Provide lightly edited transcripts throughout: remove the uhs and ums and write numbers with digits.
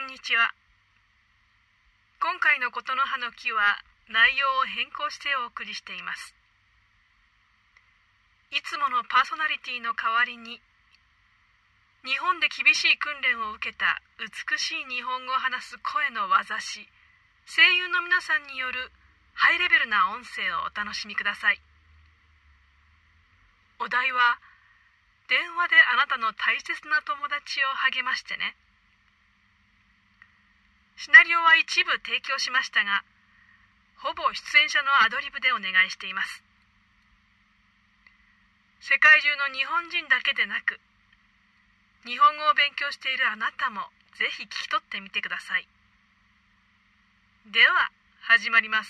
んにちは。今回のことの葉の木は内容を変更してお送りしています。いつものパーソナリティの代わりに、日本で厳しい訓練を受けた美しい日本語を話す声の業師、声優の皆さんによるハイレベルな音声をお楽しみください。お題は、電話であなたの大切な友達を励ましてね。シナリオは一部提供しましたが、ほぼ出演者のアドリブでお願いしています。世界中の日本人だけでなく、日本語を勉強しているあなたもぜひ聞き取ってみてください。では始まります。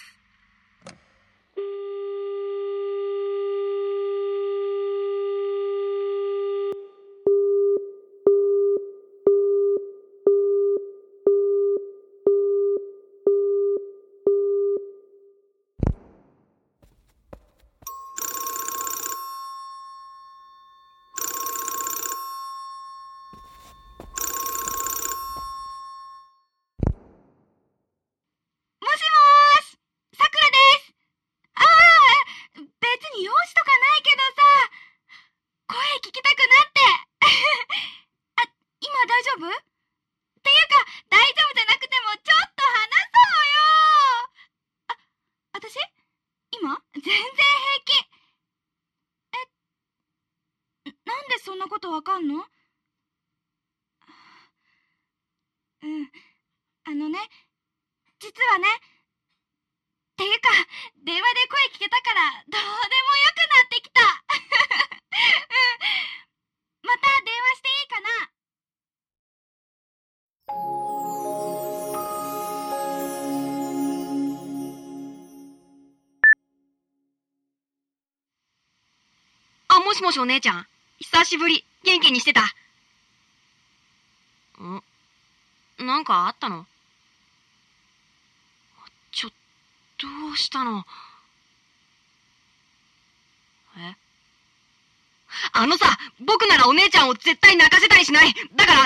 そんなことわかんの？実はね、っていうか、電話で声聞けたからどうでもよくなってきた。また電話していいかな？ もしもしお姉ちゃん。久しぶり。元気にしてた？なんかあったの？どうしたの？僕ならお姉ちゃんを絶対泣かせたりしない。だから、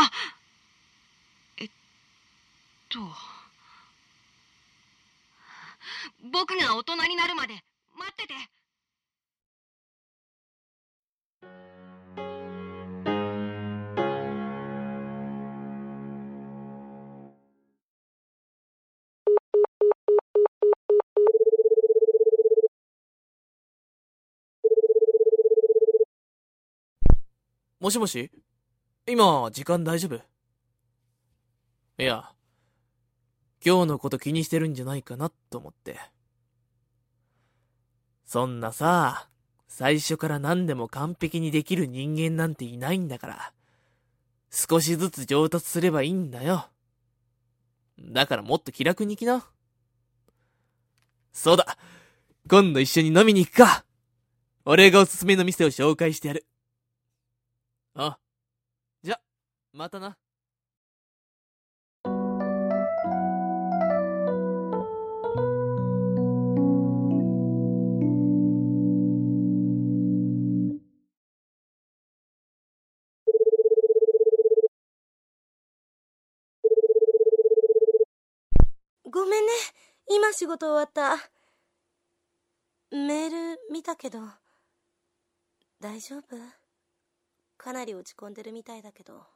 僕が大人になるまで待ってて。 もしもし？今、時間大丈夫？いや、今日のこと気にしてるんじゃないかなと思って。そんなさ、最初から何でも完璧にできる人間なんていないんだから、少しずつ上達すればいいんだよ。だからもっと気楽に行きな。そうだ、今度一緒に飲みに行くか。俺がおすすめの店を紹介してやる。じゃ、またな。 ごめんね。今仕事終わった。メール見たけど、大丈夫？かなり落ち込んでるみたいだけど。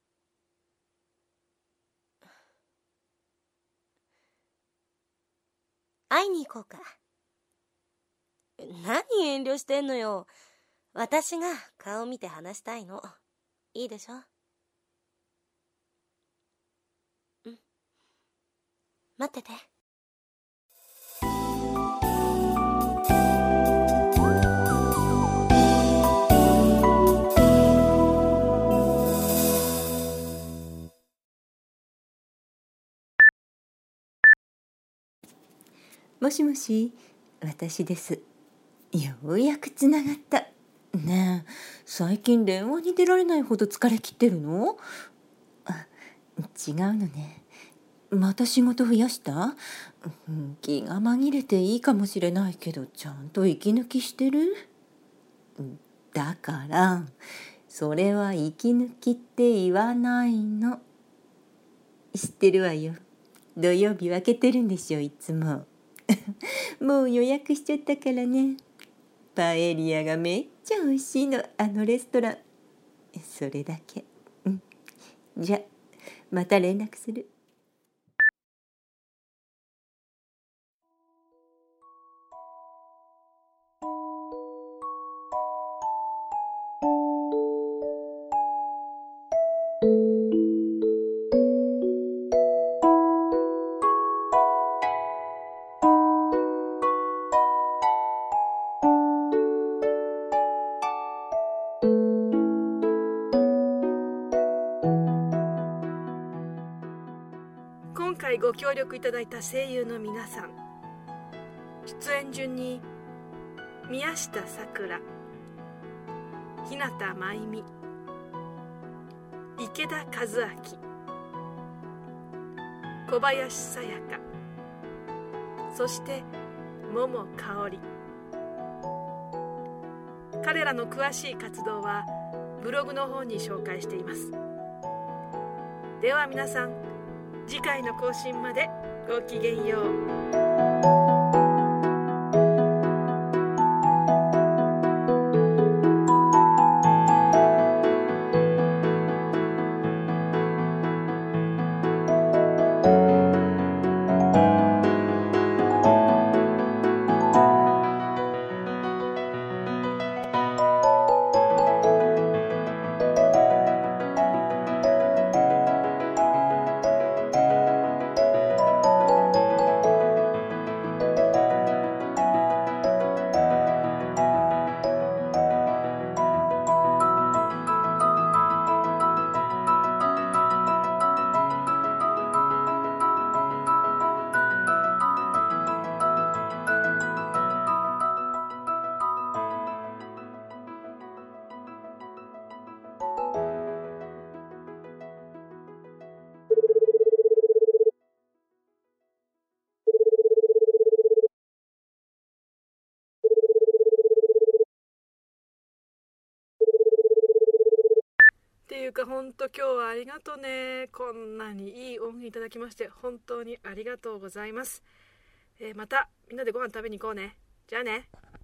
会いに行こうか。何遠慮してんのよ。私が顔見て話したいの。いいでしょ？待ってて。 もしもし、私です。ようやくつながった。ねえ、最近電話に出られないほど疲れ切ってるの？違うのね。また仕事増やした？気が紛れていいかもしれないけど、ちゃんと息抜きしてる？だから、それは息抜きって言わないの。 知ってるわよ。土曜日分けてるんでしょ、いつも。もう予約しちゃったからね。パエリアがめっちゃ美味しいの、あのレストラン。それだけ。じゃ、また連絡する。 今回ご協力いただいた声優の皆さん、出演順に宮下さくら、日向真由美、池田和明、小林さやか、そして桃香織。彼らの詳しい活動はブログの方に紹介しています。では皆さん、次回の更新までごきげんよう。っていうか、ほんと今日はありがとね。こんなにいい音源いただきまして本当にありがとうございます。またみんなでご飯食べに行こうね。じゃあね。